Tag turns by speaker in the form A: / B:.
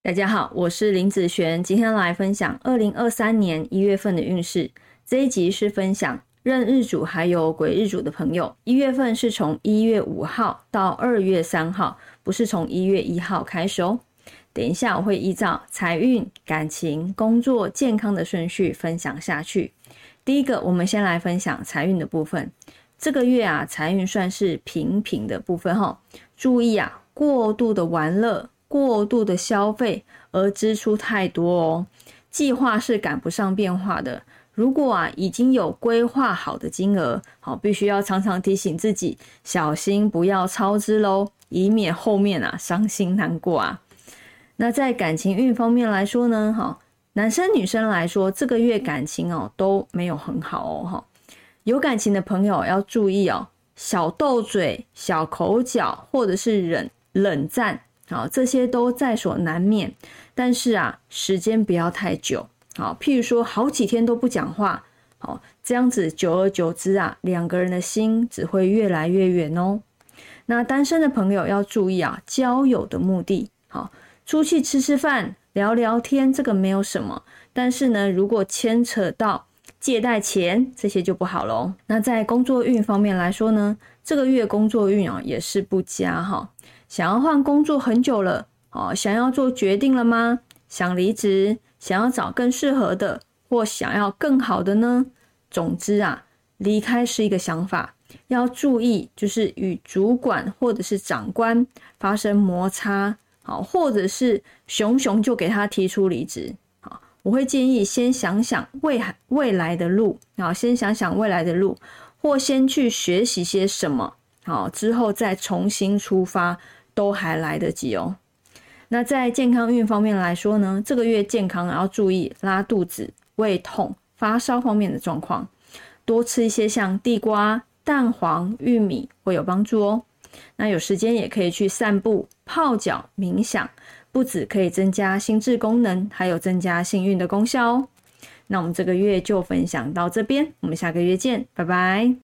A: 大家好，我是林子璇，今天来分享2023年1月份的运势。这一集是分享壬日主还有癸日主的朋友，1月份是从1月5号到2月3号，不是从1月1号开始哦。等一下我会依照财运、感情、工作、健康的顺序分享下去。第一个，我们先来分享财运的部分。这个月啊，财运算是平平的部分齁。注意啊，过度的玩乐、过度的消费而支出太多哦，计划是赶不上变化的。如果啊已经有规划好的金额，必须要常常提醒自己，小心不要超支咯，以免后面啊伤心难过啊。那在感情运方面来说呢，男生女生来说，这个月感情都没有很好哦。有感情的朋友要注意哦，小斗嘴、小口角或者是冷战，这些都在所难免。但是啊，时间不要太久，譬如说好几天都不讲话，这样子久而久之啊，两个人的心只会越来越远哦。那单身的朋友要注意啊，交友的目的，出去吃吃饭、聊聊天，这个没有什么。但是呢，如果牵扯到借贷钱，这些就不好咯。那在工作运方面来说呢，这个月工作运也是不佳哈。想要换工作很久了，想要做决定了吗？想离职，想要找更适合的，或想要更好的呢？总之啊，离开是一个想法，要注意就是与主管或者是长官发生摩擦，或者是熊就给他提出离职。我会建议先想想未来的路，先想想未来的路，或先去学习些什么，之后再重新出发，都还来得及哦。那在健康运方面来说呢，这个月健康要注意拉肚子、胃痛、发烧方面的状况，多吃一些像地瓜、蛋黄、玉米会有帮助哦。那有时间也可以去散步、泡脚、冥想，不只可以增加心智功能，还有增加幸运的功效哦。那我们这个月就分享到这边，我们下个月见，拜拜。